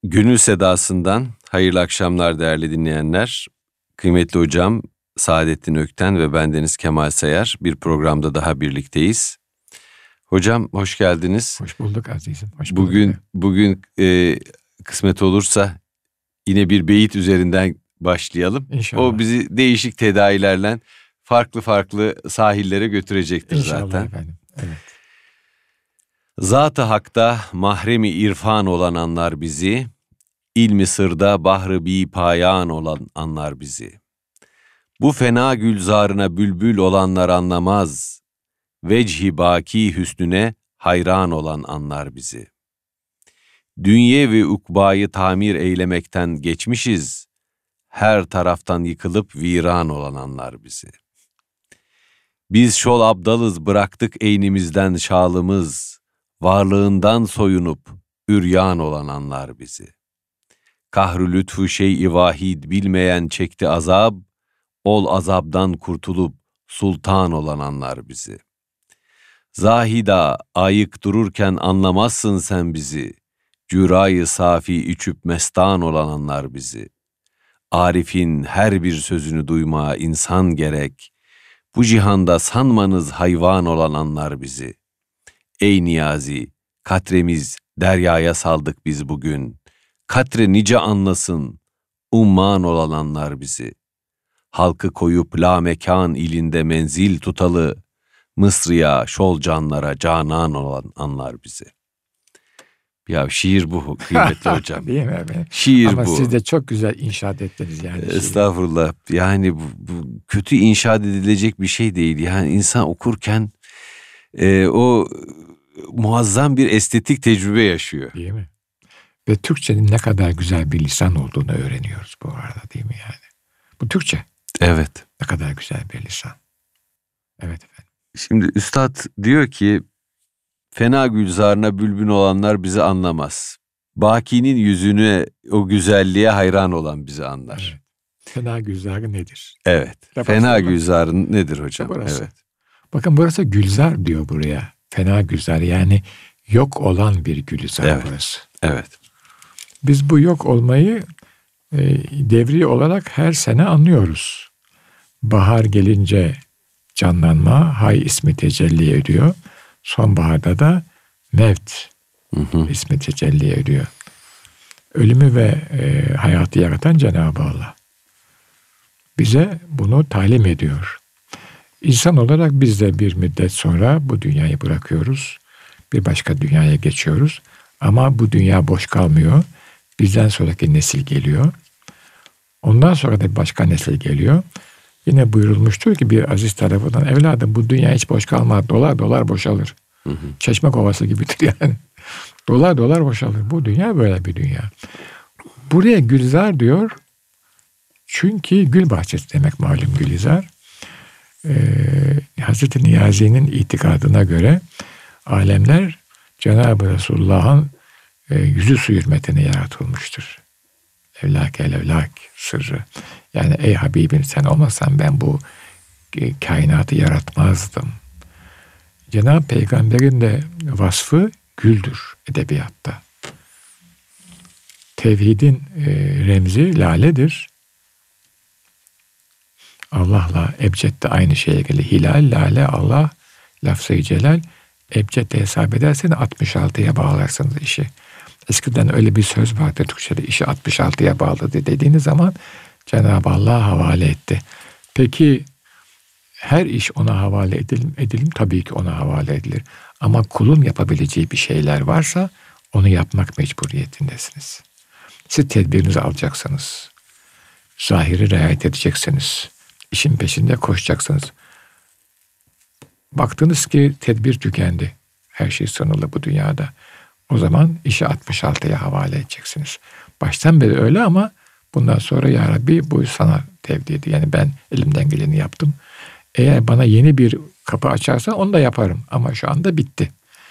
Gönül Sedası'ndan hayırlı akşamlar değerli dinleyenler. Kıymetli hocam Saadettin Ökten ve bendeniz Kemal Sayar bir programda daha birlikteyiz. Hocam hoş geldiniz. Hoş bulduk azizim. Hoş bulduk. Bugün kısmet olursa yine bir beyit üzerinden başlayalım. İnşallah. O bizi değişik tedavilerle farklı sahillere götürecektir İnşallah zaten. efendim. Evet. Zat-ı Hak'ta mahremi irfan olan anlar bizi, İlmi sırda bahrı bi payan olan anlar bizi. Bu fena gülzarına bülbül olanlar anlamaz, vecih-i baki hüsnüne hayran olan anlar bizi. Dünye ve ukbayı tamir eylemekten geçmişiz, her taraftan yıkılıp viran olan anlar bizi. Biz şol abdalız bıraktık eynimizden şalımız, varlığından soyunup üryan olan anlar bizi. Kahr-ı lütfu şey-i vahid bilmeyen çekti azab, ol azabdan kurtulup sultan olan anlar bizi. Zahida ayık dururken anlamazsın sen bizi, cürayı safi içüp mestan olan anlar bizi. Arif'in her bir sözünü duymaya insan gerek, bu cihanda sanmanız hayvan olan anlar bizi. Ey Niyazi, katremiz deryaya saldık biz bugün, katre nice anlasın, umman olan anlar bizi. Halkı koyup la mekan ilinde menzil tutalı, Mısır'a, şol canlara canan olan anlar bizi. Ya şiir bu kıymetli hocam. Değil mi efendim? Şiir ama bu. Ama siz de çok güzel inşaat ettiniz yani. Estağfurullah. Yani bu kötü inşaat edilecek bir şey değil. Yani insan okurken o muazzam bir estetik tecrübe yaşıyor. Değil mi? Ve Türkçenin ne kadar güzel bir lisan olduğunu öğreniyoruz bu arada, değil mi yani? Bu Türkçe. Evet. Ne kadar güzel bir lisan. Evet efendim. Şimdi üstad diyor ki, fena gülzarına bülbül olanlar bizi anlamaz. Baki'nin yüzüne, o güzelliğe hayran olan bizi anlar. Evet. Fena gülzarı nedir? Evet. Fena gülzarı nedir hocam? Evet. Bakın burası gülzar diyor buraya. Fena gülzar yani yok olan bir gülzar, evet. Burası. Evet. Biz bu yok olmayı devri olarak her sene anlıyoruz. Bahar gelince canlanma, hay ismi tecelli ediyor. Sonbaharda da mevt ismi tecelli ediyor. Ölümü ve hayatı yaratan Cenab-ı Allah bize bunu talim ediyor. İnsan olarak biz de bir müddet sonra bu dünyayı bırakıyoruz. Bir başka dünyaya geçiyoruz. Ama bu dünya boş kalmıyor. Bizden sonraki nesil geliyor. Ondan sonra da başka nesil geliyor. Yine buyurulmuştur ki bir aziz tarafından, evladım bu dünya hiç boş kalmaz. Dolar dolar boşalır. Çeşme kovası gibidir yani. Dolar dolar boşalır. Bu dünya böyle bir dünya. Buraya gülzar diyor. Çünkü gül bahçesi demek malum gülizar. Hazreti Niyazi'nin itikadına göre alemler Cenab-ı Resulullah'ın yüzü su hürmetine yaratılmıştır. Evlak el evlak sırrı. Yani ey Habibim sen olmasan ben bu kainatı yaratmazdım. Cenab-ı Peygamber'in de vasfı güldür edebiyatta. Tevhidin remzi laledir. Allah'la ebced de aynı şeye gelir. Hilal, lale, Allah, lafz-ı celal. Ebced'de hesap edersen 66'ya bağlarsınız işi. Eskiden öyle bir söz vardı Türkçe'de, işi 66'ya bağladı dediğiniz zaman Cenab-ı Allah'a havale etti. Peki her iş ona havale edelim tabii ki ona havale edilir. Ama kulun yapabileceği bir şeyler varsa onu yapmak mecburiyetindesiniz. Siz tedbirinizi alacaksınız. Zahiri riayet edeceksiniz. İşin peşinde koşacaksınız. Baktınız ki tedbir tükendi. Her şey sınırlı bu dünyada. O zaman işi 66'ya havale edeceksiniz. Baştan beri öyle ama bundan sonra ya Rabbi bu sana tevdiydi. Yani ben elimden geleni yaptım. Eğer bana yeni bir kapı açarsa onu da yaparım. Ama şu anda bitti.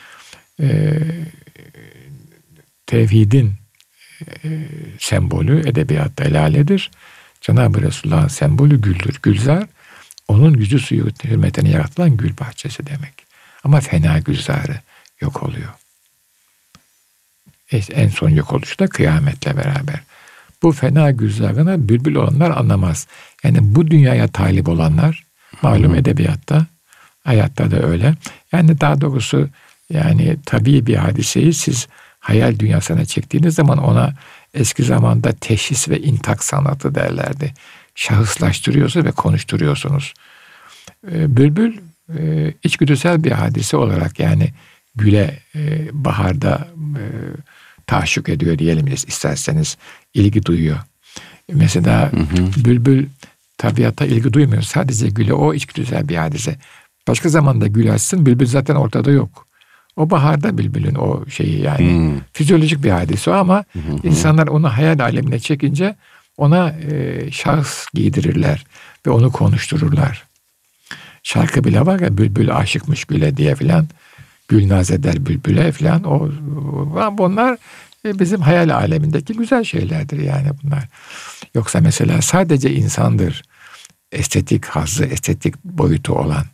Tevhidin sembolü edebiyatta laledir. Cenab-ı Resulullah'ın sembolü güldür. Gülzar, onun yüzü suyu hürmetine yaratılan gül bahçesi demek. Ama fena gülzarı yok oluyor. En son yok oluş da kıyametle beraber. Bu fena güzarına bülbül olanlar anlamaz. Yani bu dünyaya talip olanlar, malum edebiyatta, hayatta da öyle. Yani daha doğrusu yani tabii bir hadiseyi siz hayal dünyasına çektiğiniz zaman ona eski zamanda teşhis ve intak sanatı derlerdi. Şahıslaştırıyorsunuz ve konuşturuyorsunuz. Bülbül içgüdüsel bir hadise olarak yani güle baharda taşvik ediyor diyelim isterseniz, ilgi duyuyor. Mesela bülbül tabiata ilgi duymuyor. Sadece güle, o içgüdüsel bir hadise. Başka zamanda gül açsın, bülbül zaten ortada yok. O baharda bülbülün o şeyi yani fizyolojik bir hadise o ama insanlar onu hayal alemine çekince ona şahıs giydirirler ve onu konuştururlar. Şarkı bile var ya, bülbül aşıkmış güle diye filan. Gülnaz eder bülbüle filan. Bunlar bizim hayal alemindeki güzel şeylerdir yani bunlar. Yoksa mesela sadece insandır estetik hazzı, estetik boyutu olan.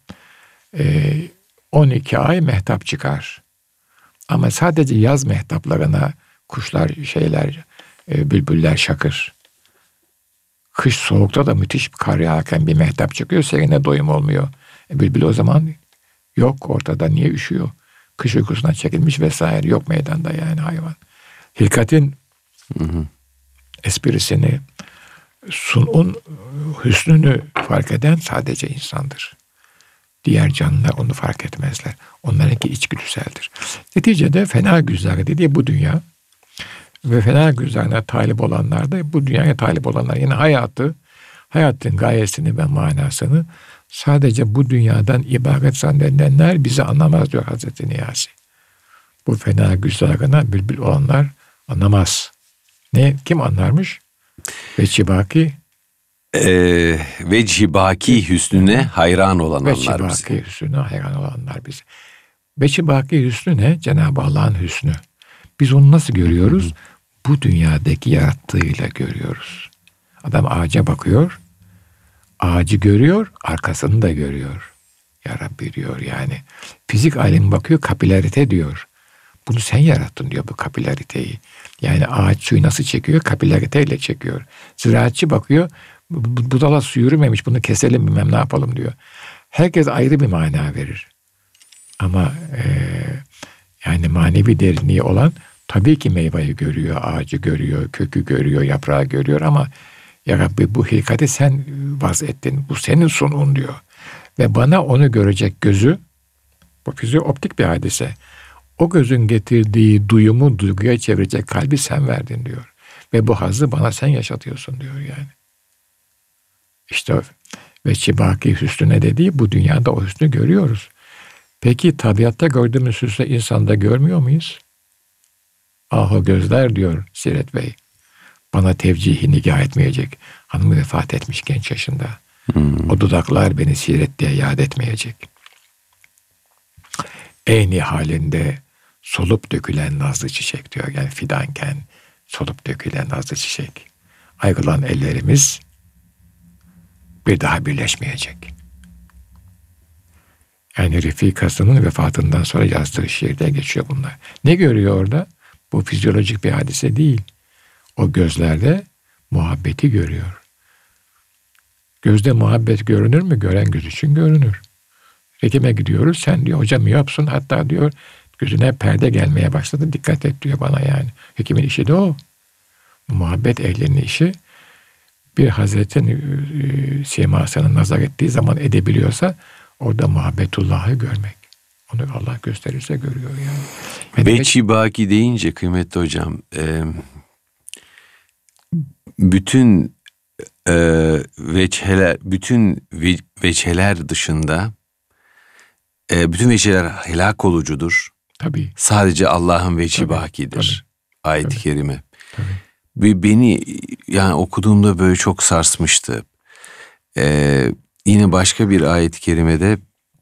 12 ay mehtap çıkar. Ama sadece yaz mehtaplarına kuşlar, bülbüller şakır. Kış soğukta da müthiş bir kar yağarken bir mehtap çıkıyor, serine doyum olmuyor. Bülbül o zaman yok ortada, niye üşüyor? Kış uykusuna çekilmiş vesaire, yok meydanda yani hayvan. Hilkat'in esprisini, sun'un hüsnünü fark eden sadece insandır. Diğer canlılar onu fark etmezler. Onlarınki içgüdüseldir. Neticede fena güzar dediği bu dünya ve fena güzarına talip olanlar da bu dünyaya talip olanlar. Yani hayatın gayesini ve manasını sadece bu dünyadan ibaret zannedenler bizi anlamaz diyor Hazreti Niyazi. Bu fena güzarına bülbül olanlar anlamaz. Kim anlarmış? Veçi-baki Vecih-i hüsnüne hayran olan anlar bizi. Veçi-baki hüsnüne hayran olanlar bizi. Veçi-baki hüsnü ne? Cenab-ı Allah'ın hüsnü. Biz onu nasıl görüyoruz? Bu dünyadaki yarattığıyla görüyoruz. Adam ağaca bakıyor, ağacı görüyor, arkasını da görüyor. Ya Rabbi diyor yani. Fizik alemi bakıyor, kapilarite diyor. Bunu sen yarattın diyor, bu kapilariteyi. Yani ağaç suyu nasıl çekiyor? Kapilariteyle çekiyor. Ziraatçı bakıyor, budala su yürümemiş, bunu keselim bilmem ne yapalım diyor. Herkes ayrı bir mana verir. Ama yani manevi derinliği olan tabii ki meyveyi görüyor, ağacı görüyor, kökü görüyor, yaprağı görüyor ama ya Rabbi bu hilkati sen vaz'ettin, bu senin sunun diyor. Ve bana onu görecek gözü, bu optik bir hadise, o gözün getirdiği duyumu duyguya çevirecek kalbi sen verdin diyor. Ve bu hazzı bana sen yaşatıyorsun diyor yani. İşte veçi-baki hüsnüne dediği bu dünyada o hüsnü görüyoruz. Peki tabiatta gördüğümüz hüsnü insanda görmüyor muyuz? Ah o gözler diyor Siret Bey. Bana tevcihi nigah etmeyecek. Hanımı vefat etmiş genç yaşında. O dudaklar beni Siret diye yad etmeyecek. Eyni halinde solup dökülen nazlı çiçek diyor. Yani fidanken solup dökülen nazlı çiçek. Ayrılan ellerimiz bir daha birleşmeyecek. Yani Refikası'nın vefatından sonra yazdığı şiirde geçiyor bunlar. Ne görüyor orada? Bu fizyolojik bir hadise değil. O gözlerde muhabbeti görüyor. Gözde muhabbet görünür mü? Gören göz için görünür. Hekime gidiyoruz. Sen diyor hocam yapsın. Hatta diyor gözüne perde gelmeye başladı. Dikkat et diyor bana yani. Hekimin işi de o. Muhabbet ehlinin işi. Bir Hazretin simasına nazar ettiği zaman edebiliyorsa orada muhabbetullah'ı görmek. Onu Allah gösterirse görüyor yani. Veçi-baki deyince kıymetli hocam, bütün veçheler dışında bütün veçheler helak olucudur. Tabii. Sadece Allah'ın veçi-bakidir. Ayet-i kerime. Tabii. Ve beni yani okuduğumda böyle çok sarsmıştı. Yine başka bir ayet-i kerimede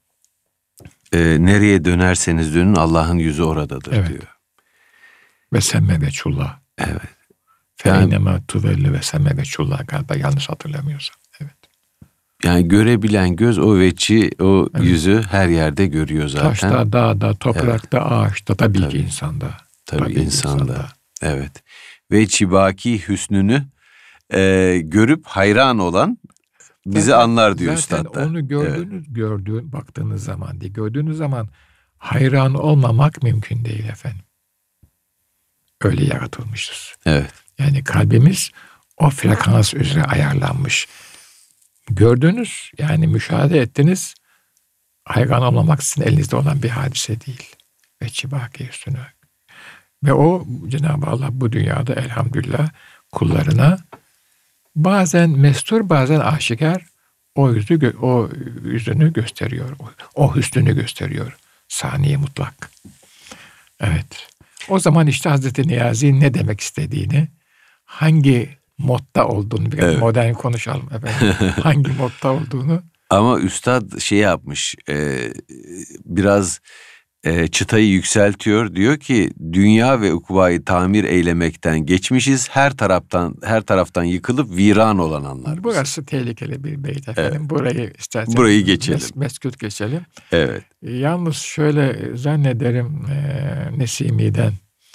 nereye dönerseniz dönün Allah'ın yüzü oradadır diyor. Ve semme veçullah. Evet. Feynema tuvelli ve semme veçullah galiba, yanlış hatırlamıyorsam. Evet. Yani görebilen göz o veçi, yüzü her yerde görüyor zaten. Taşta, dağda, toprakta, ağaçta, tabii ki insanda. Tabii insanda. Evet. Ve çibaki hüsnünü görüp hayran olan bizi anlar diyor üstad da. Zaten onu baktığınız zaman değil. Gördüğünüz zaman hayran olmamak mümkün değil efendim. Öyle yaratılmışız. Evet. Yani kalbimiz o frekans üzere ayarlanmış. Gördünüz, yani müşahede ettiniz. Hayran olmamak sizin elinizde olan bir hadise değil. Ve çibaki üstüne. Ve o Cenab-ı Allah bu dünyada elhamdülillah kullarına bazen mestur, bazen aşikar o yüzünü gösteriyor. O hüsnünü gösteriyor. Saniye mutlak. Evet. O zaman işte Hazreti Niyazi ne demek istediğini, hangi modda olduğunu, biraz modern konuşalım efendim. Hangi modda olduğunu. Ama üstad şey yapmış, biraz çıtayı yükseltiyor. Diyor ki dünya ve ukvayı tamir eylemekten geçmişiz. Her taraftan yıkılıp viran olan anlar. Burası tehlikeli bir beyt efendim. Evet. Burayı geçelim. Meskut geçelim. Evet. Yalnız şöyle zannederim Nesimi'den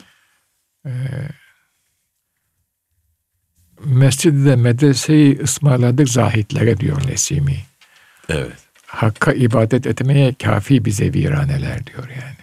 mescid-i medreseyi ısmarladık zahitlere diyor Nesimi. Evet. Hakka ibadet etmeye kafi bize viraneler diyor yani.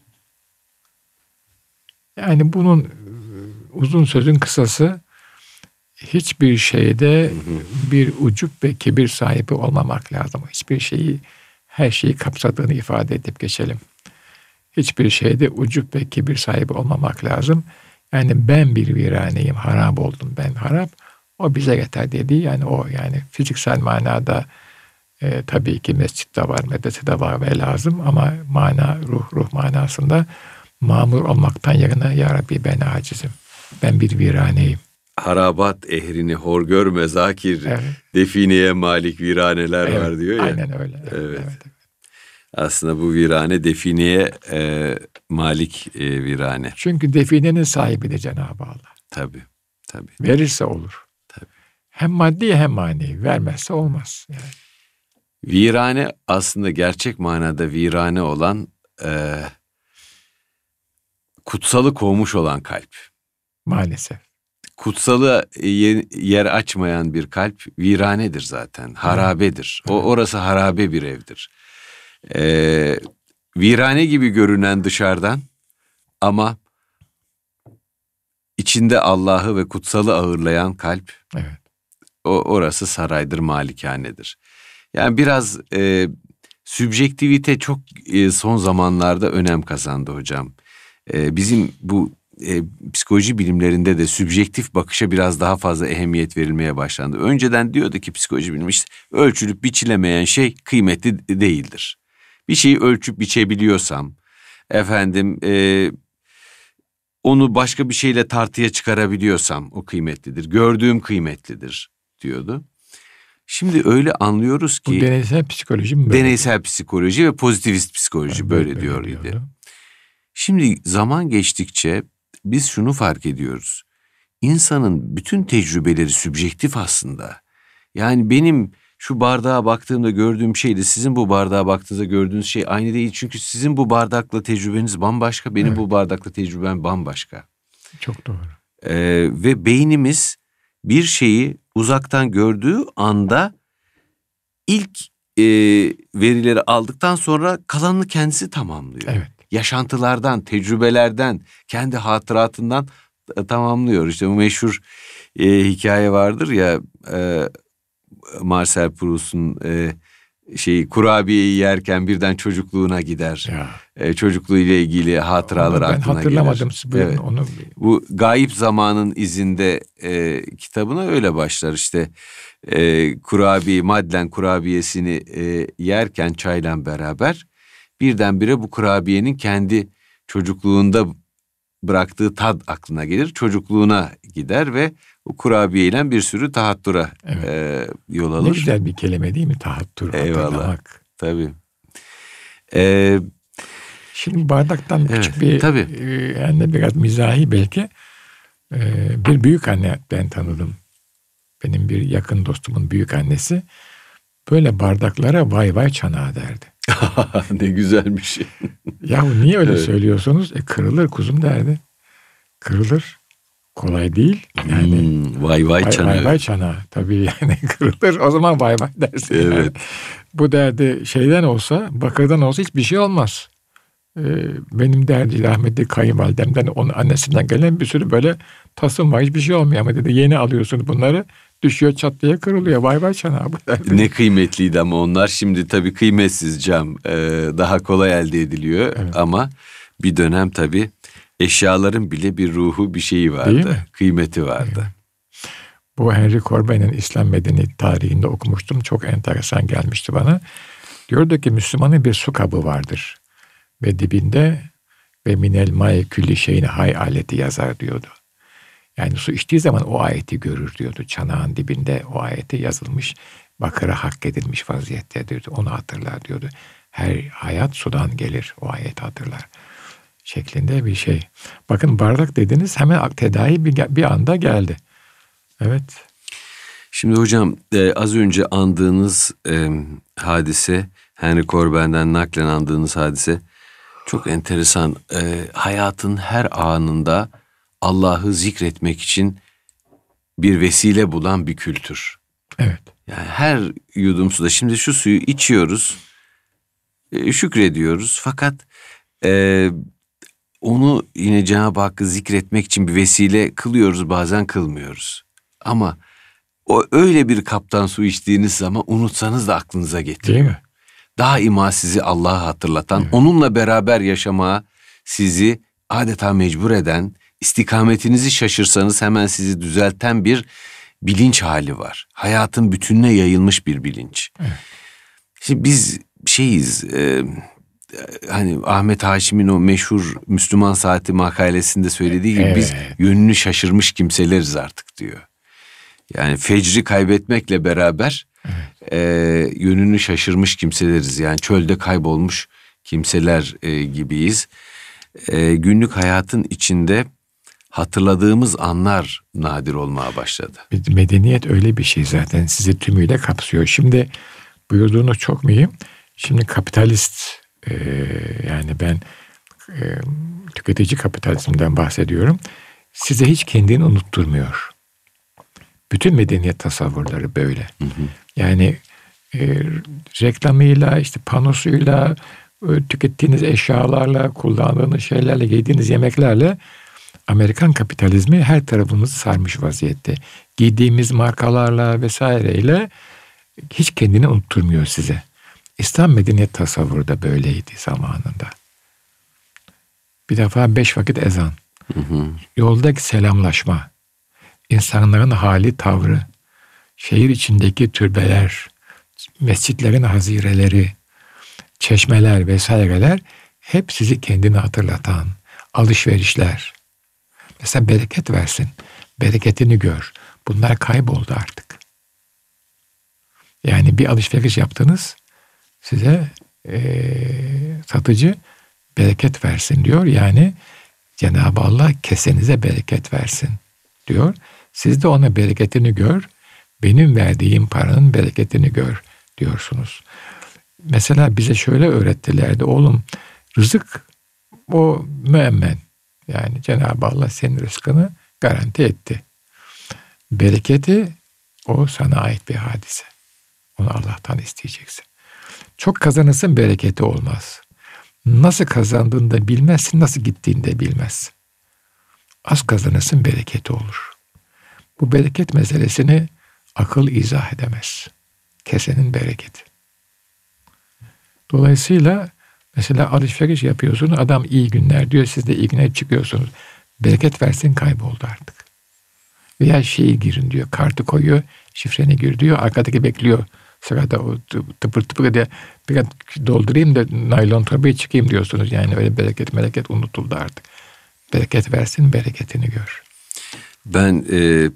Yani bunun uzun sözün kısası, hiçbir şeyde bir ucup ve kibir sahibi olmamak lazım. Her şeyi kapsadığını ifade edip geçelim. Hiçbir şeyde ucup ve kibir sahibi olmamak lazım. Yani ben bir viraneyim, harap oldum, ben harap. O bize yeter dediği, yani o, yani fiziksel manada tabii ki mescit de var, medrese de var ve lazım, ama ruh manasında mamur olmaktan yerine ya Rabbi ben acizim, ben bir viraneyim. Harabat ehrini hor görme zakir, evet. Defineye malik viraneler var diyor ya. Aynen öyle. Evet. Aslında bu virane defineye malik virane. Çünkü definenin sahibi de Cenab-ı Allah. Tabii. Verirse olur. Tabii. Hem maddi hem manevi. Vermezse olmaz. Yani. Virane aslında gerçek manada virane olan, kutsalı kovmuş olan kalp. Maalesef. Kutsalı yer açmayan bir kalp viranedir zaten. Harabedir. Evet. Orası harabe bir evdir. Virane gibi görünen dışarıdan ama içinde Allah'ı ve kutsalı ağırlayan kalp, evet. Orası saraydır, malikanedir. Yani biraz sübjektivite çok son zamanlarda önem kazandı hocam. Bizim bu psikoloji bilimlerinde de sübjektif bakışa biraz daha fazla ehemmiyet verilmeye başlandı. Önceden diyordu ki psikoloji bilimi, işte ölçülüp biçilemeyen şey kıymetli değildir. Bir şeyi ölçüp biçebiliyorsam, onu başka bir şeyle tartıya çıkarabiliyorsam o kıymetlidir. Gördüğüm kıymetlidir diyordu. Şimdi öyle anlıyoruz ki... Bu deneysel psikoloji mi böyle? Deneysel psikoloji ve pozitivist psikoloji böyle diyor idi. Şimdi zaman geçtikçe biz şunu fark ediyoruz. İnsanın bütün tecrübeleri sübjektif aslında. Yani benim şu bardağa baktığımda gördüğüm şeyle sizin bu bardağa baktığınızda gördüğünüz şey aynı değil. Çünkü sizin bu bardakla tecrübeniz bambaşka, benim bu bardakla tecrübem bambaşka. Çok doğru. Ve beynimiz bir şeyi uzaktan gördüğü anda ilk verileri aldıktan sonra kalanını kendisi tamamlıyor. Evet. Yaşantılardan, tecrübelerden, kendi hatıratından tamamlıyor. İşte bu meşhur hikaye vardır ya, Marcel Proust'un kurabiyeyi yerken birden çocukluğuna gider. Çocukluğuyla ilgili hatıralar aklına gelir. Ben hatırlamadım evet. Onu. Bu Gayip Zamanın İzinde kitabına öyle başlar işte. Madlen kurabiyesini yerken çayla beraber birdenbire bu kurabiyenin kendi çocukluğunda bıraktığı tad aklına gelir. Çocukluğuna gider ve o kurabiyeyle bir sürü tahattura yol alır. Ne güzel bir kelime değil mi tahattur? Eyvallah. Hatırlamak. Tabii. Şimdi bardaktan küçük bir yani biraz mizahi belki bir büyük anne ben tanıdım. Benim bir yakın dostumun büyük annesi böyle bardaklara vay vay çanağı derdi. Ne güzelmiş. Yahu niye öyle söylüyorsunuz? Kırılır kuzum derdi. kırılır. Kolay değil. Yani vay vay çanağı. Vay vay çanağı. Tabii yani kırılır. O zaman vay vay dersin. Evet. Yani. Bu derdi şeyden olsa, bakırdan olsa hiçbir şey olmaz. Benim derdi rahmetli kayınvalidemden, onun annesinden gelen bir sürü böyle tasım var. Hiçbir şey olmuyor ama dedi, yeni alıyorsun bunları. Düşüyor, çatlıyor, kırılıyor. Vay vay çanağı bu derdi. Ne kıymetliydi ama onlar. Şimdi tabii kıymetsiz cam. Daha kolay elde ediliyor. Evet. Ama bir dönem tabii eşyaların bile bir ruhu, bir şeyi vardı. Kıymeti vardı. Evet. Bu Henry Corbin'in İslam Medeniyeti tarihinde okumuştum. Çok enteresan gelmişti bana. Diyordu ki Müslümanın bir su kabı vardır. Ve dibinde ve minel ma'i külli şeyin hay aleti yazar diyordu. Yani su içtiği zaman o ayeti görür diyordu. Çanağın dibinde o ayeti yazılmış, bakıra hak edilmiş vaziyette diyordu. Onu hatırlar diyordu. Her hayat sudan gelir, o ayeti hatırlar. Şeklinde bir şey. Bakın bardak dediniz, hemen tedavi bir anda geldi. Evet. Şimdi hocam az önce andığınız hadise, Henry Corbin'den naklen andığınız hadise çok enteresan. Hayatın her anında Allah'ı zikretmek için bir vesile bulan bir kültür. Evet. Yani her yudum suda, şimdi şu suyu içiyoruz, şükrediyoruz. Fakat onu yine Cenab-ı Hakk'ı zikretmek için bir vesile kılıyoruz, bazen kılmıyoruz. Ama o öyle bir kaptan su içtiğiniz zaman unutsanız da aklınıza getiriyor. Değil mi? Daima sizi Allah'a hatırlatan, evet, onunla beraber yaşamaya sizi adeta mecbur eden, istikametinizi şaşırsanız hemen sizi düzelten bir bilinç hali var. Hayatın bütününe yayılmış bir bilinç. Evet. Şimdi biz hani Ahmet Haşim'in o meşhur Müslüman Saati makalesinde söylediği gibi, evet, biz yönünü şaşırmış kimseleriz artık diyor. Yani fecri kaybetmekle beraber yönünü şaşırmış kimseleriz. Yani çölde kaybolmuş kimseler gibiyiz. Günlük hayatın içinde hatırladığımız anlar nadir olmaya başladı. Medeniyet öyle bir şey zaten, sizi tümüyle kapsıyor. Şimdi buyurduğunuz çok mühim. Şimdi kapitalist, yani ben tüketici kapitalizmden bahsediyorum. Size hiç kendini unutturmuyor. Bütün medeniyet tasavvurları böyle. Hı hı. Yani reklamıyla, işte panosuyla, tükettiğiniz eşyalarla, kullandığınız şeylerle, yediğiniz yemeklerle Amerikan kapitalizmi her tarafımızı sarmış vaziyette. Giydiğimiz markalarla vesaireyle hiç kendini unutturmuyor size. İslam medeniyet tasavvuru da böyleydi zamanında. Bir defa 5 vakit ezan, hı hı, yoldaki selamlaşma, insanların hali, tavrı, şehir içindeki türbeler, mescitlerin hazireleri, çeşmeler vesaireler hep sizi kendini hatırlatan alışverişler. Mesela bereket versin, bereketini gör. Bunlar kayboldu artık. Yani bir alışveriş yaptınız, size satıcı bereket versin diyor. Yani Cenab-ı Allah kesenize bereket versin diyor. Siz de ona bereketini gör, benim verdiğim paranın bereketini gör diyorsunuz. Mesela bize şöyle öğrettilerdi: oğlum, rızık o müemmen. Yani Cenab-ı Allah senin rızkını garanti etti. Bereketi o sana ait bir hadise. Onu Allah'tan isteyeceksin. Çok kazanırsın, bereketi olmaz. Nasıl kazandığını da bilmezsin, nasıl gittiğini de bilmezsin. Az kazanırsın, bereketi olur. Bu bereket meselesini akıl izah edemez. Kesenin bereketi. Dolayısıyla mesela alışveriş yapıyorsunuz, adam iyi günler diyor, siz de iyi günler çıkıyorsunuz. Bereket versin, kayboldu artık. Veya girin diyor, kartı koyuyor, şifreni gir diyor, arkadaki bekliyor. Sırada o tıpır tıpır diye biraz doldurayım da naylon torbaya çıkayım diyorsunuz. Yani öyle bereket unutuldu artık. Bereket versin, bereketini gör. Ben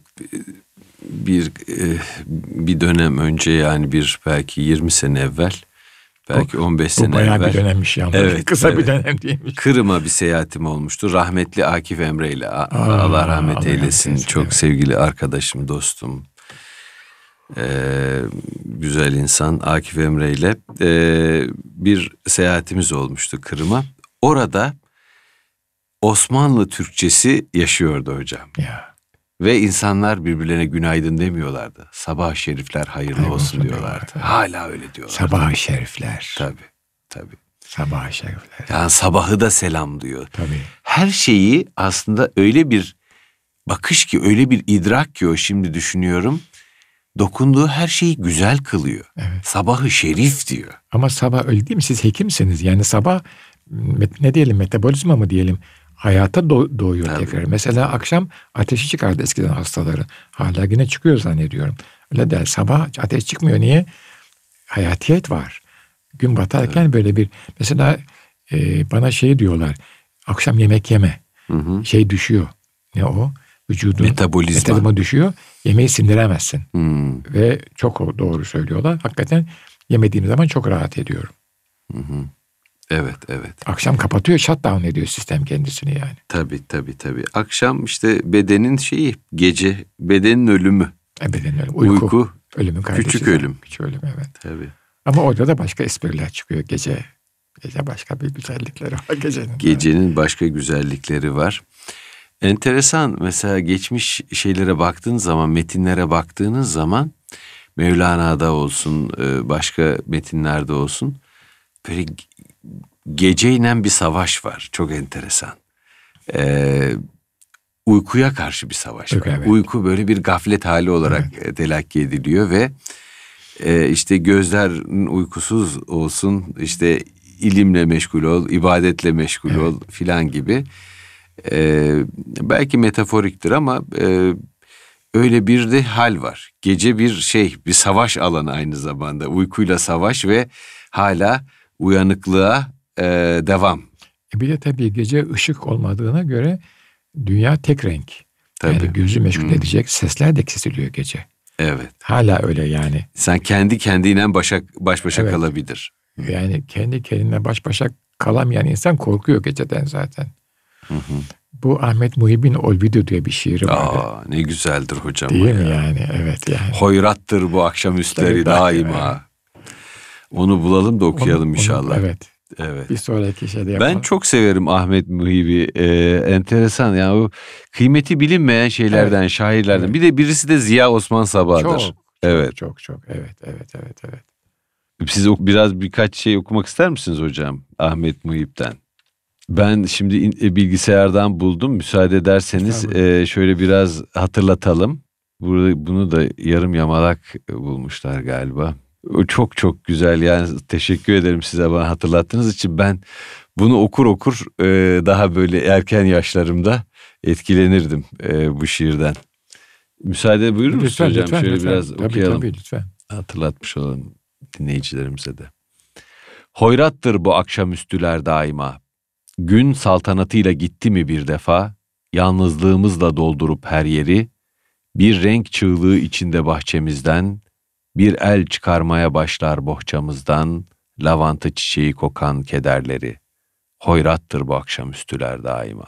bir dönem önce, yani belki 20 sene evvel, belki 15 sene evvel. Bu bayağı bir dönemmiş yalnız. Evet, kısa bir dönem değilmiş. Kırım'a bir seyahatim olmuştu. Rahmetli Akif Emre ile. Allah rahmet eylesin. Çok evet, sevgili arkadaşım, dostum. Güzel insan Akif Emre ile bir seyahatimiz olmuştu Kırım'a. Orada Osmanlı Türkçesi yaşıyordu hocam. Ya. Ve insanlar birbirlerine günaydın demiyorlardı. Sabah şerifler hayırlı olsun diyorlardı. Hala öyle diyorlar. Sabah şerifler. Tabii. Sabah şerifler. Yani sabahı da selam diyor. Tabii. Her şeyi aslında öyle bir bakış ki, öyle bir idrak ki o, şimdi düşünüyorum. Dokunduğu her şeyi güzel kılıyor. Evet. Sabahı şerif diyor. Ama sabah öyle değil mi? Siz hekimsiniz. Yani sabah ne diyelim, metabolizma mı diyelim, hayata doğuyor Tabii. tekrar. Mesela akşam ateşi çıkardı eskiden hastaların. Hala yine çıkıyor zannediyorum. Öyle der. Sabah ateş çıkmıyor. Niye? Hayatiyet var. Gün batarken böyle bir, mesela bana şey diyorlar. Akşam yemek yeme. Hı. Şey düşüyor. Ne o? Vücudun Metabolizma düşüyor. Yemeği sindiremezsin. Hı. Ve çok doğru söylüyorlar. Hakikaten yemediğim zaman çok rahat ediyorum. Hı. Evet. Akşam kapatıyor, shutdown ediyor sistem kendisini yani. Tabii. Akşam işte bedenin şeyi, gece bedenin ölümü. Bedenin ölümü. Uyku ölümün kardeşi. küçük ölüm. Küçük ölüm, evet. Tabii. Ama orada da başka espriler çıkıyor gece. Gece başka bir güzellikleri var gecenin. Gecenin başka güzellikleri var. Enteresan, mesela geçmiş şeylere baktığın zaman, metinlere baktığınız zaman, Mevlana'da olsun, başka metinlerde olsun, böyle geceyle bir savaş var. Çok enteresan. Uykuya karşı bir savaş var. Evet. Uyku böyle bir gaflet hali olarak telakki ediliyor ve işte gözler uykusuz olsun, işte ilimle meşgul ol, ibadetle meşgul ol filan gibi. Belki metaforiktir ama öyle bir de hal var. Gece bir savaş alanı aynı zamanda. Uykuyla savaş ve hala uyanıklığa devam. Bir de tabii gece ışık olmadığına göre dünya tek renk. Tabii. Yani gözü meşgul edecek sesler de kesiliyor gece. Evet. Hala öyle yani. Sen kendi kendine baş başa kalabilir. Yani kendi kendine baş başa kalamayan insan korkuyor geceden zaten. Hı. Bu Ahmet Muhib'in Olvido diye bir şiiri vardı. Ne güzeldir hocam. Değil mi yani? Evet yani. Hoyrattır bu akşamüstleri daima. Onu bulalım da okuyalım inşallah. Evet. Bir sonraki şeyde yapalım. Ben çok severim Ahmet Muhib'i. Enteresan yani, o kıymeti bilinmeyen şeylerden, şairlerden. Evet. Bir de birisi de Ziya Osman Sabah'dır. Çok. Evet. Siz birkaç şey okumak ister misiniz hocam Ahmet Muhib'den? Ben şimdi bilgisayardan buldum. Müsaade ederseniz şöyle biraz hatırlatalım. Bunu da yarım yamalak bulmuşlar galiba. O çok güzel yani, teşekkür ederim size bana hatırlattığınız için. Ben bunu okur daha böyle erken yaşlarımda etkilenirdim bu şiirden. Müsaade buyurur musunuz hocam? Lütfen, şöyle biraz okuyalım. Tabii lütfen. Hatırlatmış olalım dinleyicilerimize de. Hoyrattır bu akşamüstüler daima. Gün saltanatıyla gitti mi bir defa, yalnızlığımızla doldurup her yeri, bir renk çığlığı içinde bahçemizden, bir el çıkarmaya başlar bohçamızdan, lavanta çiçeği kokan kederleri. Hoyrattır bu akşamüstüler daima.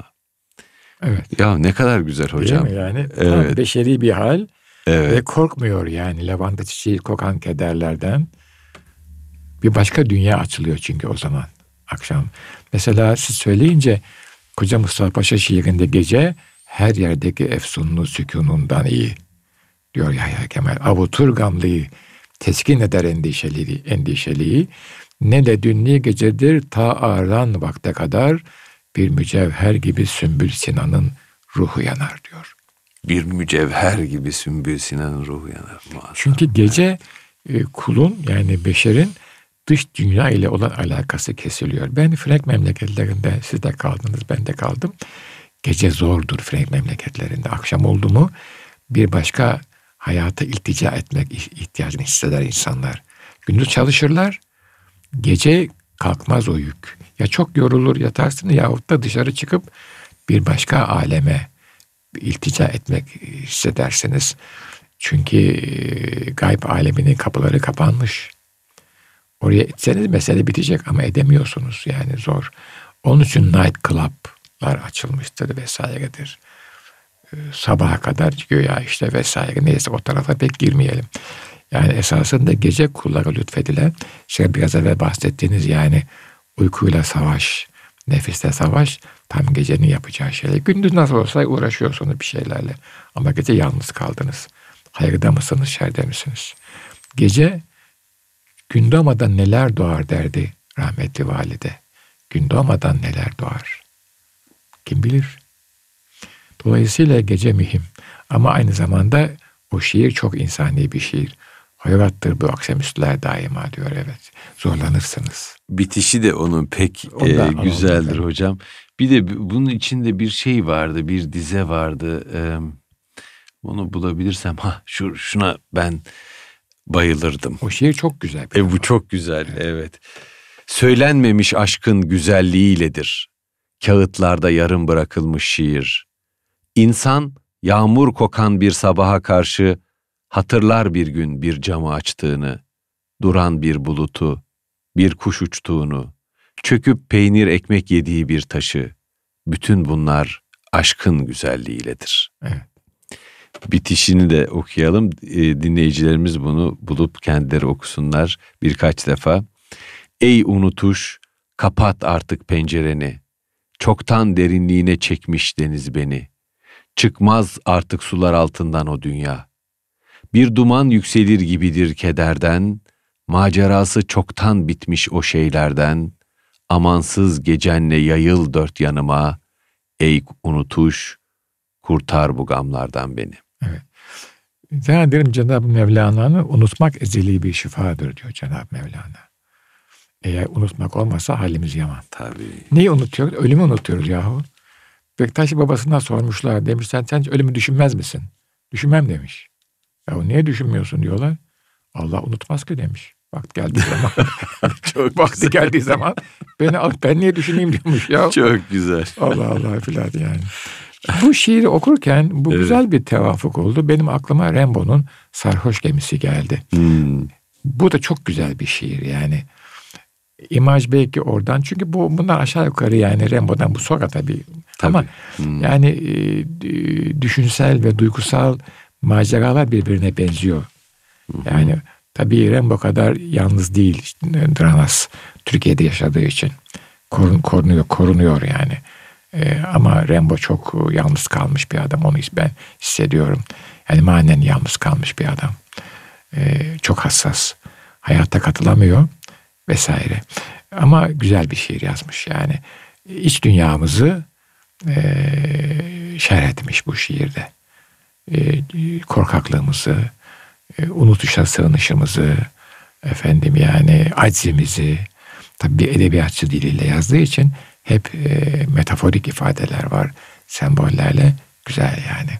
Evet. Ya ne kadar güzel hocam. Değil mi yani? Evet. Tam beşeri bir hal. Evet. Ve korkmuyor yani lavanta çiçeği kokan kederlerden. Bir başka dünya açılıyor çünkü o zaman akşam. Mesela siz söyleyince Koca Mustafa Paşa şiirinde gece her yerdeki efsunlu sükunundan iyi diyor Yahya Kemal. Avutur gamlıyı, teskin eder endişeliği. Ne de dünlü gecedir ta ağran vakte kadar bir mücevher gibi Sümbül Sinan'ın ruhu yanar diyor. Bir mücevher gibi Sümbül Sinan'ın ruhu yanar. Muazzam. Çünkü gece kulun, yani beşerin dış dünya ile olan alakası kesiliyor. Ben Frank memleketlerinde, siz de kaldınız, ben de kaldım. Gece zordur Frank memleketlerinde. Akşam oldu mu bir başka hayata iltica etmek ihtiyacını hisseder insanlar. Gündüz çalışırlar, gece kalkmaz o yük. Ya çok yorulur yatarsın yahut da dışarı çıkıp bir başka aleme iltica etmek hissedersiniz. Çünkü gayb aleminin kapıları kapanmış. Oraya itseniz mesele bitecek ama edemiyorsunuz, yani zor. Onun için night club'lar açılmıştır vesairedir. Sabaha kadar çıkıyor ya işte vesaire, neyse o tarafa pek girmeyelim. Yani esasında gece kullara lütfedilen şey, biraz evvel bahsettiğiniz yani uykuyla savaş, Nefiste savaş tam gecenin yapacağı şeyler. Gündüz nasıl olsa uğraşıyorsunuz bir şeylerle. Ama gece yalnız kaldınız. Hayırda mısınız, şerde misiniz? Gece gün doğmadan neler doğar derdi rahmetli valide. Gün doğmadan neler doğar? Kim bilir? Dolayısıyla gece mühim. Ama aynı zamanda o şiir çok insani bir şiir. Hayrattır bu akşamüstüler daima diyor, evet. Zorlanırsınız. Bitişi de onun pek güzeldir hocam. Bir de bunun içinde bir şey vardı, bir dize vardı. Onu bulabilirsem, şuna ben bayılırdım. O şiir çok güzel. Bu çok güzel, evet. Söylenmemiş aşkın güzelliğiyledir. Kağıtlarda yarım bırakılmış şiir. İnsan yağmur kokan bir sabaha karşı hatırlar bir gün bir camı açtığını, duran bir bulutu, bir kuş uçtuğunu, çöküp peynir ekmek yediği bir taşı. Bütün bunlar aşkın güzelliğiyledir. Evet. Bitişini de okuyalım. Dinleyicilerimiz bunu bulup kendileri okusunlar birkaç defa. Ey unutuş, kapat artık pencereni. Çoktan derinliğine çekmiş deniz beni. Çıkmaz artık sular altından o dünya. Bir duman yükselir gibidir kederden. Macerası çoktan bitmiş o şeylerden. Amansız gecenle yayıl dört yanıma. Ey unutuş, kurtar bu gamlardan beni. Evet. Zannederim Cenab-ı Mevlana'nı unutmak ezeli bir şifadır diyor Cenab-ı Mevlana. Eğer unutmak olmasa halimiz yaman. Tabii. Neyi unutuyoruz? Ölümü unutuyoruz yahu. Bektaşi babasından sormuşlar. Demişler sen ölümü düşünmez misin? Düşünmem demiş. Ya niye düşünmüyorsun diyorlar. Allah unutmaz ki demiş. Vakti geldiği zaman. Vakti geldiği zaman ben niye düşüneyim diyormuş ya. Çok güzel. Allah Allah filan yani. Bu şiiri okurken bu güzel bir tevafuk oldu. Benim aklıma Rimbaud'un Sarhoş Gemisi geldi. Bu da çok güzel bir şiir yani. İmaj belki oradan. Çünkü bunlar aşağı yukarı yani Rimbaud'dan bu sonra tabii. Ama yani düşünsel ve duygusal maceralar birbirine benziyor. Yani tabii Rimbaud kadar yalnız değil. Dranas Türkiye'de yaşadığı için korunuyor yani. Ama Rimbaud çok yalnız kalmış bir adam. Onu ben hissediyorum. Yani manen yalnız kalmış bir adam. Çok hassas. Hayata katılamıyor vesaire. Ama güzel bir şiir yazmış yani. İç dünyamızı şerh etmiş bu şiirde. Korkaklığımızı, unutuşa sığınışımızı, yani aczimizi, tabii bir edebiyatçı diliyle yazdığı için hep metaforik ifadeler var, sembollerle güzel yani.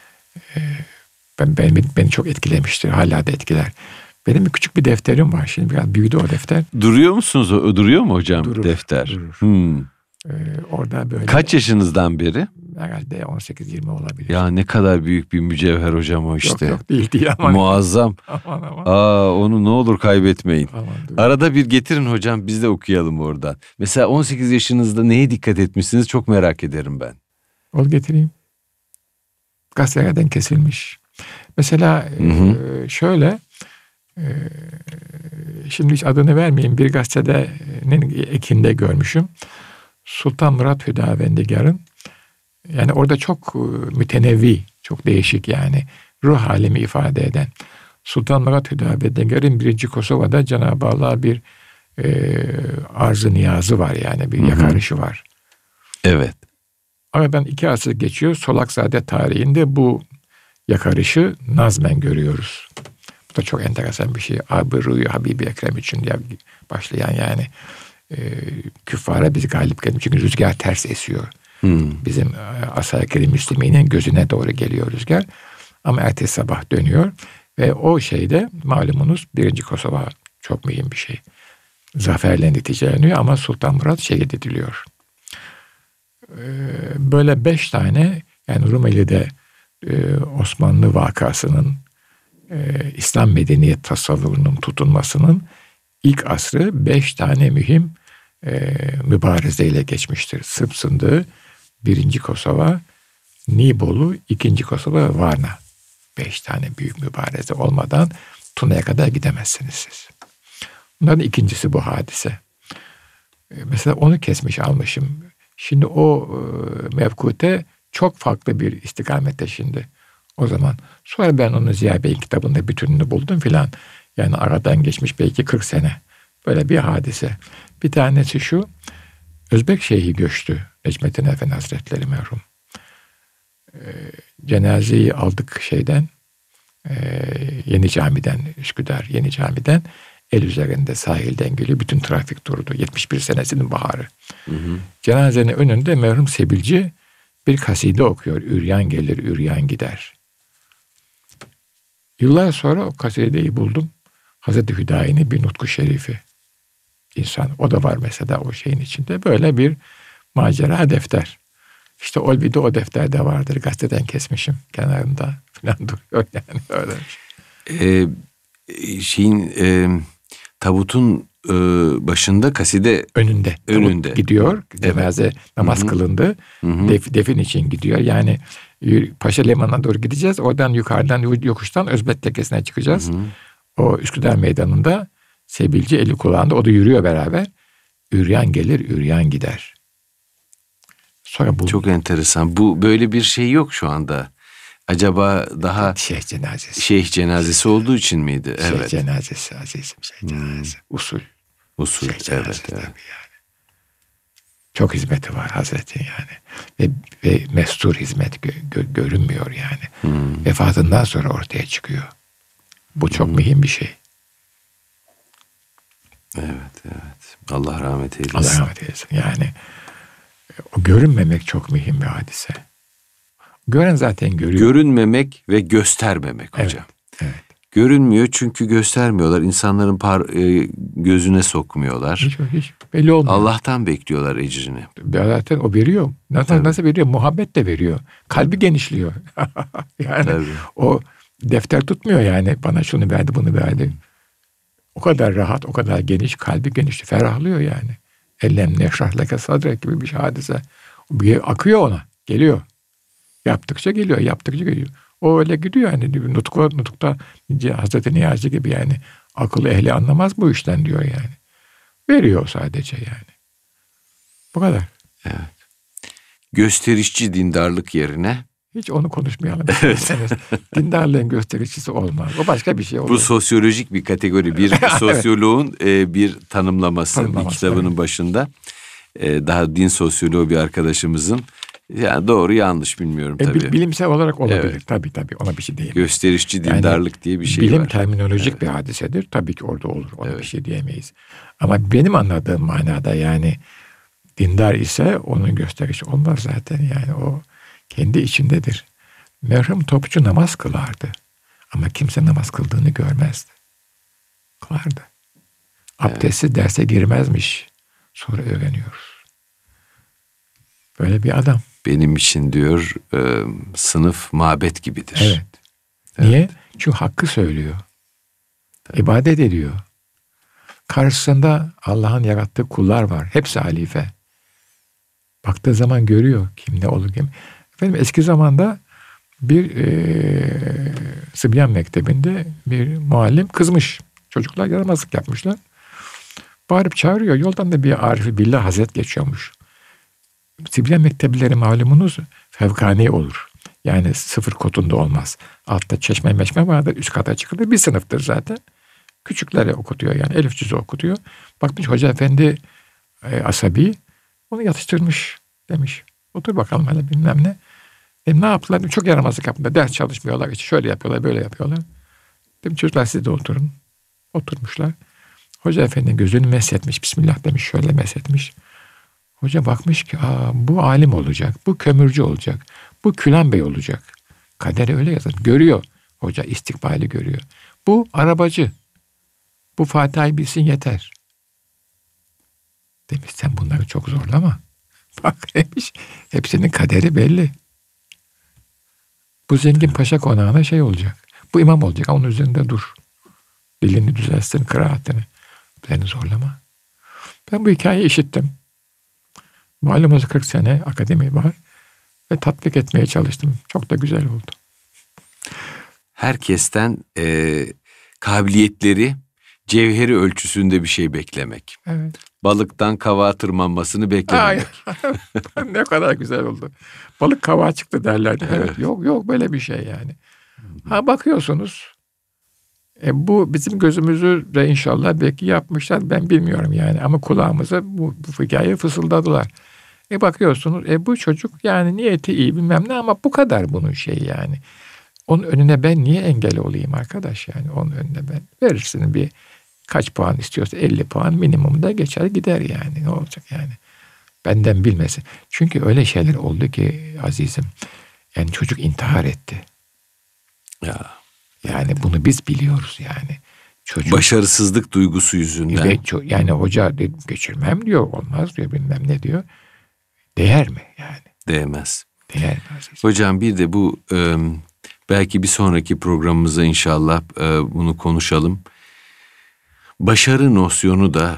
Beni çok etkilemiştir, hala da etkiler. Benim küçük bir defterim var, şimdi biraz büyüdü o defter. Duruyor musunuz? Duruyor mu hocam defter? Durur. Orada böyle. Kaç yaşınızdan beri? Herhalde 18-20 olabilir. Ya ne kadar büyük bir mücevher hocam o işte. Yok değil ama. Muazzam. Aman. Onu ne olur kaybetmeyin. Aman, arada bir getirin hocam, biz de okuyalım oradan. Mesela 18 yaşınızda neye dikkat etmişsiniz, çok merak ederim ben. Ol getireyim. Gazetelerden kesilmiş. Mesela şöyle, şimdi hiç adını vermeyeyim, bir gazetenin ekinde görmüşüm. Sultan Murat Hüdavendigar'ın, yani orada çok mütenevvi, çok değişik yani ruh halimi ifade eden Sultan Murat Hüdavendigar'ın 1. Kosova'da Cenab-ı Allah'a bir arz-ı niyazı var, yani bir yakarışı var. Evet. Aradan 2 asır geçiyor. Solakzade tarihinde bu yakarışı nazmen görüyoruz. Bu da çok enteresan bir şey. Abi Ruyu Habibi Ekrem için diye başlayan yani küffara biz galip geldik. Çünkü rüzgar ters esiyor. Bizim Asay-ı Müslümin'in gözüne doğru geliyor rüzgar. Ama ertesi sabah dönüyor. Ve o şeyde malumunuz 1. Kosova çok mühim bir şey. Zaferle neticeleniyor ama Sultan Murat şehit ediliyor. Böyle 5 tane yani Rumeli'de Osmanlı vakasının İslam medeniyet tasavvurunun tutunmasının ilk asrı 5 tane mühim mübarezeyle geçmiştir. Sırp Sındığı, 1. Kosova, Nibolu, 2. Kosova, Varna. 5 tane büyük mübareze olmadan Tuna'ya kadar gidemezsiniz siz. Bunların ikincisi bu hadise. Mesela onu kesmiş almışım. Şimdi o mevkute çok farklı bir istikamette şimdi. O zaman. Sonra ben onu Ziya Bey'in kitabında bütününü buldum filan. Yani aradan geçmiş belki 40 sene. Böyle bir hadise. Bir tanesi şu. Özbek Şeyhi göçtü. Necmettin Efendi Hazretleri merhum. Cenazeyi aldık şeyden. Yeni Cami'den, Üsküdar Yeni Cami'den. El üzerinde sahilden geliyor. Bütün trafik durdu. 71 senesinin baharı. Hı hı. Cenazenin önünde merhum Sebilci bir kaside okuyor. Üryan gelir, üryan gider. Yıllar sonra o kasideyi buldum. Hazreti Hüdayi'nin bir nutku şerifi. İnsan. O da var mesela o şeyin içinde. Böyle bir macera defter. İşte bir de o defterde vardır. Gazeteden kesmişim. Kenarında falan duruyor yani. Öyle. Tabutun başında kaside Önünde. Tabut gidiyor. Cenaze namaz Hı-hı. kılındı. Hı-hı. Defin için gidiyor. Yani Paşa Limanı'na doğru gideceğiz. Oradan yukarıdan yokuştan Özbek Tekesi'ne çıkacağız. Hı-hı. O Üsküdar Meydanı'nda Sebilci eli kulağında. O da yürüyor beraber. Üryan gelir, üryan gider. Sonra bu çok enteresan. Bu böyle bir şey yok şu anda. Acaba daha şeyh cenazesi olduğu için miydi? Şeyh evet. cenazesi azizim. Şeyh cenazesi. Usul. Evet. Yani. Çok hizmeti var Hazretin yani. Ve mestur hizmet görünmüyor yani. Vefatından sonra ortaya çıkıyor. Bu çok mühim bir şey. Evet. Allah rahmet eylesin. Allah rahmet eylesin. Yani o görünmemek çok mühim bir hadise. Gören zaten görüyor. Görünmemek ve göstermemek hocam. Evet. Görünmüyor çünkü göstermiyorlar. İnsanların gözüne sokmuyorlar. Hiç belli olmuyor. Allah'tan bekliyorlar ecrini. Zaten o veriyor. Nasıl veriyor? Muhabbet de veriyor. Kalbi genişliyor. Yani Tabii. o defter tutmuyor yani. Bana şunu verdi, bunu verdi. O kadar rahat, o kadar geniş, kalbi geniş, ferahlıyor yani. Ellem neşrah leke sadrek gibi bir hadise. Bir akıyor ona, geliyor. Yaptıkça geliyor. O öyle gidiyor yani. Nutukta Hazreti Niyazi gibi yani. Akıl ehli anlamaz bu işten diyor yani. Veriyor sadece yani. Bu kadar. Evet. Gösterişçi dindarlık yerine hiç onu konuşmayalım. Evet. Dindarlığın göstericisi olmaz. O başka bir şey oluyor. Bu sosyolojik bir kategori. Bir sosyoloğun bir tanımlaması. Bir kitabının başında. Daha din sosyoloğu bir arkadaşımızın. Yani doğru yanlış bilmiyorum tabii. Bilimsel olarak olabilir. Evet. Tabii ona bir şey diyemeyiz. Gösterişçi dindarlık yani, diye bir şey bilim var. Bilim terminolojik bir hadisedir. Tabii ki orada olur. Ona bir şey diyemeyiz. Ama benim anladığım manada yani dindar ise onun gösterişi olmaz zaten. Yani o kendi içindedir. Merhum Topçu namaz kılardı. Ama kimse namaz kıldığını görmezdi. Kılardı. Abdestsiz derse girmezmiş. Sonra öğreniyoruz. Böyle bir adam. Benim için diyor sınıf mabet gibidir. Evet. Niye? Çünkü hakkı söylüyor. Tabii. İbadet ediyor. Karşısında Allah'ın yarattığı kullar var. Hepsi halife. Baktığı zaman görüyor kim ne olur kim. Efendim eski zamanda bir Sıbyan Mektebi'nde bir muallim kızmış. Çocuklar yaramazlık yapmışlar. Bağırıp çağırıyor. Yoldan da bir Arif-i Billah Hazret geçiyormuş. Sıbyan Mektebileri malumunuz fevkani olur. Yani sıfır kotunda olmaz. Altta çeşme meşme vardır. Üst kata çıkılır. Bir sınıftır zaten. Küçükleri okutuyor yani. Elif cüzü okutuyor. Bakmış Hoca Efendi asabi. Onu yatıştırmış demiş. Otur bakalım hele bilmem ne. Ne yaptılar? Çok yaramazlık yaptılar. Ders çalışmıyorlar. İşte şöyle yapıyorlar, böyle yapıyorlar. Dedim çocuklar siz de oturun. Oturmuşlar. Hoca Efendi gözünü meshetmiş. Bismillah demiş. Şöyle meshetmiş. Hoca bakmış ki bu alim olacak. Bu kömürcü olacak. Bu Külen Bey olacak. Kaderi öyle yazar. Görüyor. Hoca istikbali görüyor. Bu arabacı. Bu Fatiha'yı bilsin yeter. Demiş sen bunları çok zorlama. Bak demiş. Hepsinin kaderi belli. Bu zengin paşa konağına şey olacak. Bu imam olacak. Onun üzerinde dur. Dilini düzelsin, kıraatini. Beni zorlama. Ben bu hikayeyi işittim. Malumunuz 40 sene akademi var. Ve tatbik etmeye çalıştım. Çok da güzel oldu. Herkesten kabiliyetleri cevheri ölçüsünde bir şey beklemek. Evet. Balıktan kavağa tırmanmasını beklememek. Ne kadar güzel oldu. Balık kavağa çıktı derlerdi. Evet. Yok böyle bir şey yani. Ha bakıyorsunuz. Bu bizim gözümüzü de inşallah belki yapmışlar. Ben bilmiyorum yani. Ama kulağımıza bu hikayeyi fısıldadılar. Bakıyorsunuz bu çocuk yani niyeti iyi bilmem ne ama bu kadar bunun şeyi yani. Onun önüne ben niye engel olayım arkadaş yani. Onun önüne ben verirsin bir kaç puan istiyorsa 50 puan minimumda geçer gider yani. Ne olacak yani. Benden bilmesin. Çünkü öyle şeyler oldu ki azizim. Yani çocuk intihar etti. Ya. Yani bunu biz biliyoruz yani. Çocuk, başarısızlık duygusu yüzünden. Yani hoca geçirmem diyor. Olmaz diyor bilmem ne diyor. Değer mi yani? Değmez. Değer mi azizim? Hocam bir de bu belki bir sonraki programımızda inşallah bunu konuşalım. Başarı nosyonu da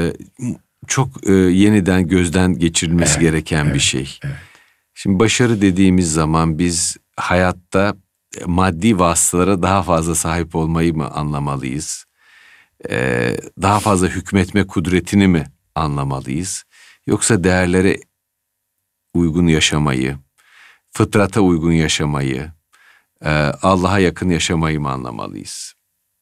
çok yeniden gözden geçirilmesi gereken bir şey. Evet. Şimdi başarı dediğimiz zaman biz hayatta maddi vasıtalara daha fazla sahip olmayı mı anlamalıyız? Daha fazla hükmetme kudretini mi anlamalıyız? Yoksa değerlere uygun yaşamayı, fıtrata uygun yaşamayı, Allah'a yakın yaşamayı mı anlamalıyız?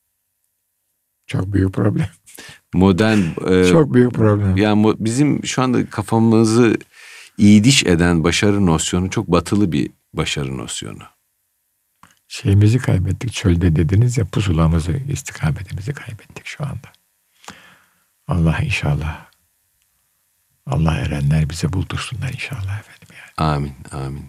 Çok büyük problem. Modern... çok büyük problem. Yani bizim şu anda kafamızı iyiliş eden başarı nosyonu çok batılı bir başarı nosyonu. Şeyimizi kaybettik. Çölde dediniz ya, pusulamızı, istikametimizi kaybettik şu anda. Allah inşallah. Allah erenler bize buldursunlar inşallah efendim yani. Amin, amin.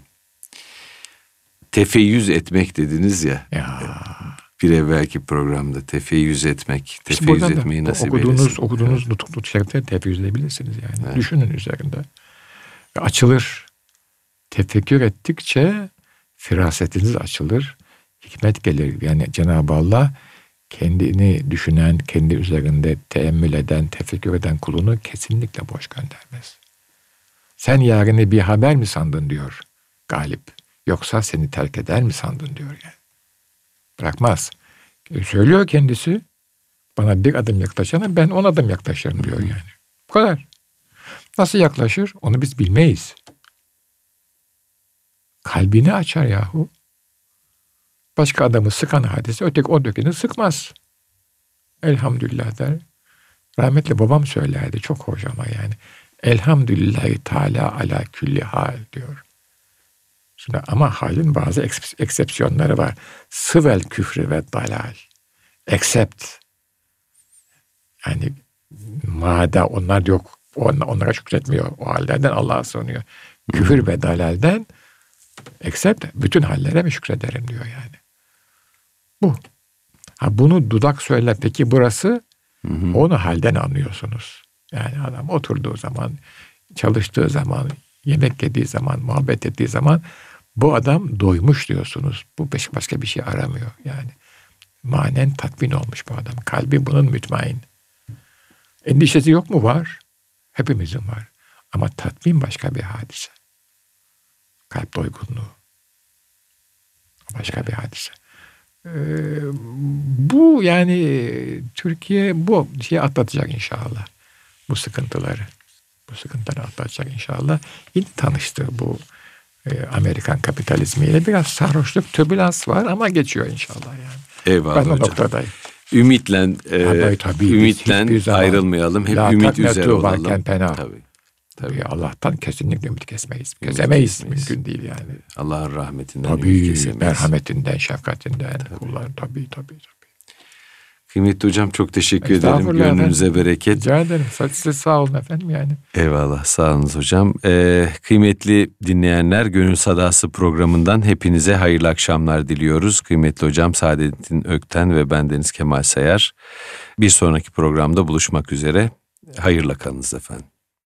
Tefeyyüz etmek dediniz ya. Bir evvelki programda tefeyyüz etmek. Tefeyyüz etmeyi nasip eylesin. Okuduğunuz nutuk şeklinde tefeyyüz edebilirsiniz yani. Evet. Düşünün üzerinde. Ve açılır. Tefekkür ettikçe firasetiniz açılır. Hikmet gelir. Yani Cenab-ı Allah kendini düşünen, kendi üzerinde teemmül eden, tefekkür eden kulunu kesinlikle boş göndermez. Sen yarını bir haber mi sandın diyor Galip. Yoksa seni terk eder mi sandın diyor yani. Bırakmaz. Söylüyor kendisi. Bana bir adım yaklaşana ben 10 adım yaklaşırım diyor yani. Bu kadar. Nasıl yaklaşır? Onu biz bilmeyiz. Kalbini açar yahu. Başka adamı sıkan hadise ötekini sıkmaz. Elhamdülillah der. Rahmetli babam söylerdi. Çok hoş ama yani. Elhamdülillahi Teala ala külli hal diyor. Şimdi ama halin bazı eksepsiyonları var. Sıvel küfrü ve dalal. Accept. Yani mada onlar yok. Onlara şükretmiyor. O hallerden Allah'a sığınıyor. Küfür ve dalalden accept. Bütün hallere mi şükrederim diyor yani. Bu. Bunu dudak söyler. Peki burası? Onu halden anlıyorsunuz. Yani adam oturduğu zaman, çalıştığı zaman, yemek yediği zaman, muhabbet ettiği zaman bu adam doymuş diyorsunuz. Bu başka bir şey aramıyor yani. Manen tatmin olmuş bu adam. Kalbi bunun mütmain. Endişesi yok mu? Var. Hepimizin var. Ama tatmin başka bir hadise. Kalp doygunluğu. Başka bir hadise. Bu yani Türkiye bu şeyi atlatacak inşallah. Bu sıkıntıları. Bu sıkıntıları atlatacak inşallah. Yeni tanıştı bu Amerikan kapitalizmiyle. Biraz sarhoşluk, türbülans var ama geçiyor inşallah yani. Eyvallah ben hocam. O noktadayım. Ümitle, ümitle ayrılmayalım. Hep ümit üzere olalım. Tabii Allah'tan kesinlikle ümit kesmeyiz. Kesemeyiz. Mümkün değil yani. Allah'ın rahmetinden ümit kesemeyiz. Merhametinden, şefkatinden. Kullar tabii. Kıymetli hocam çok teşekkür ederim. Gönlünüze bereket. Rica ederim. Size sağ olun efendim yani. Eyvallah, sağ olunuz hocam. Kıymetli dinleyenler, Gönül Sadası programından hepinize hayırlı akşamlar diliyoruz. Kıymetli hocam Saadettin Ökten ve bendeniz Kemal Sayar. Bir sonraki programda buluşmak üzere. Hayırla kalınız efendim.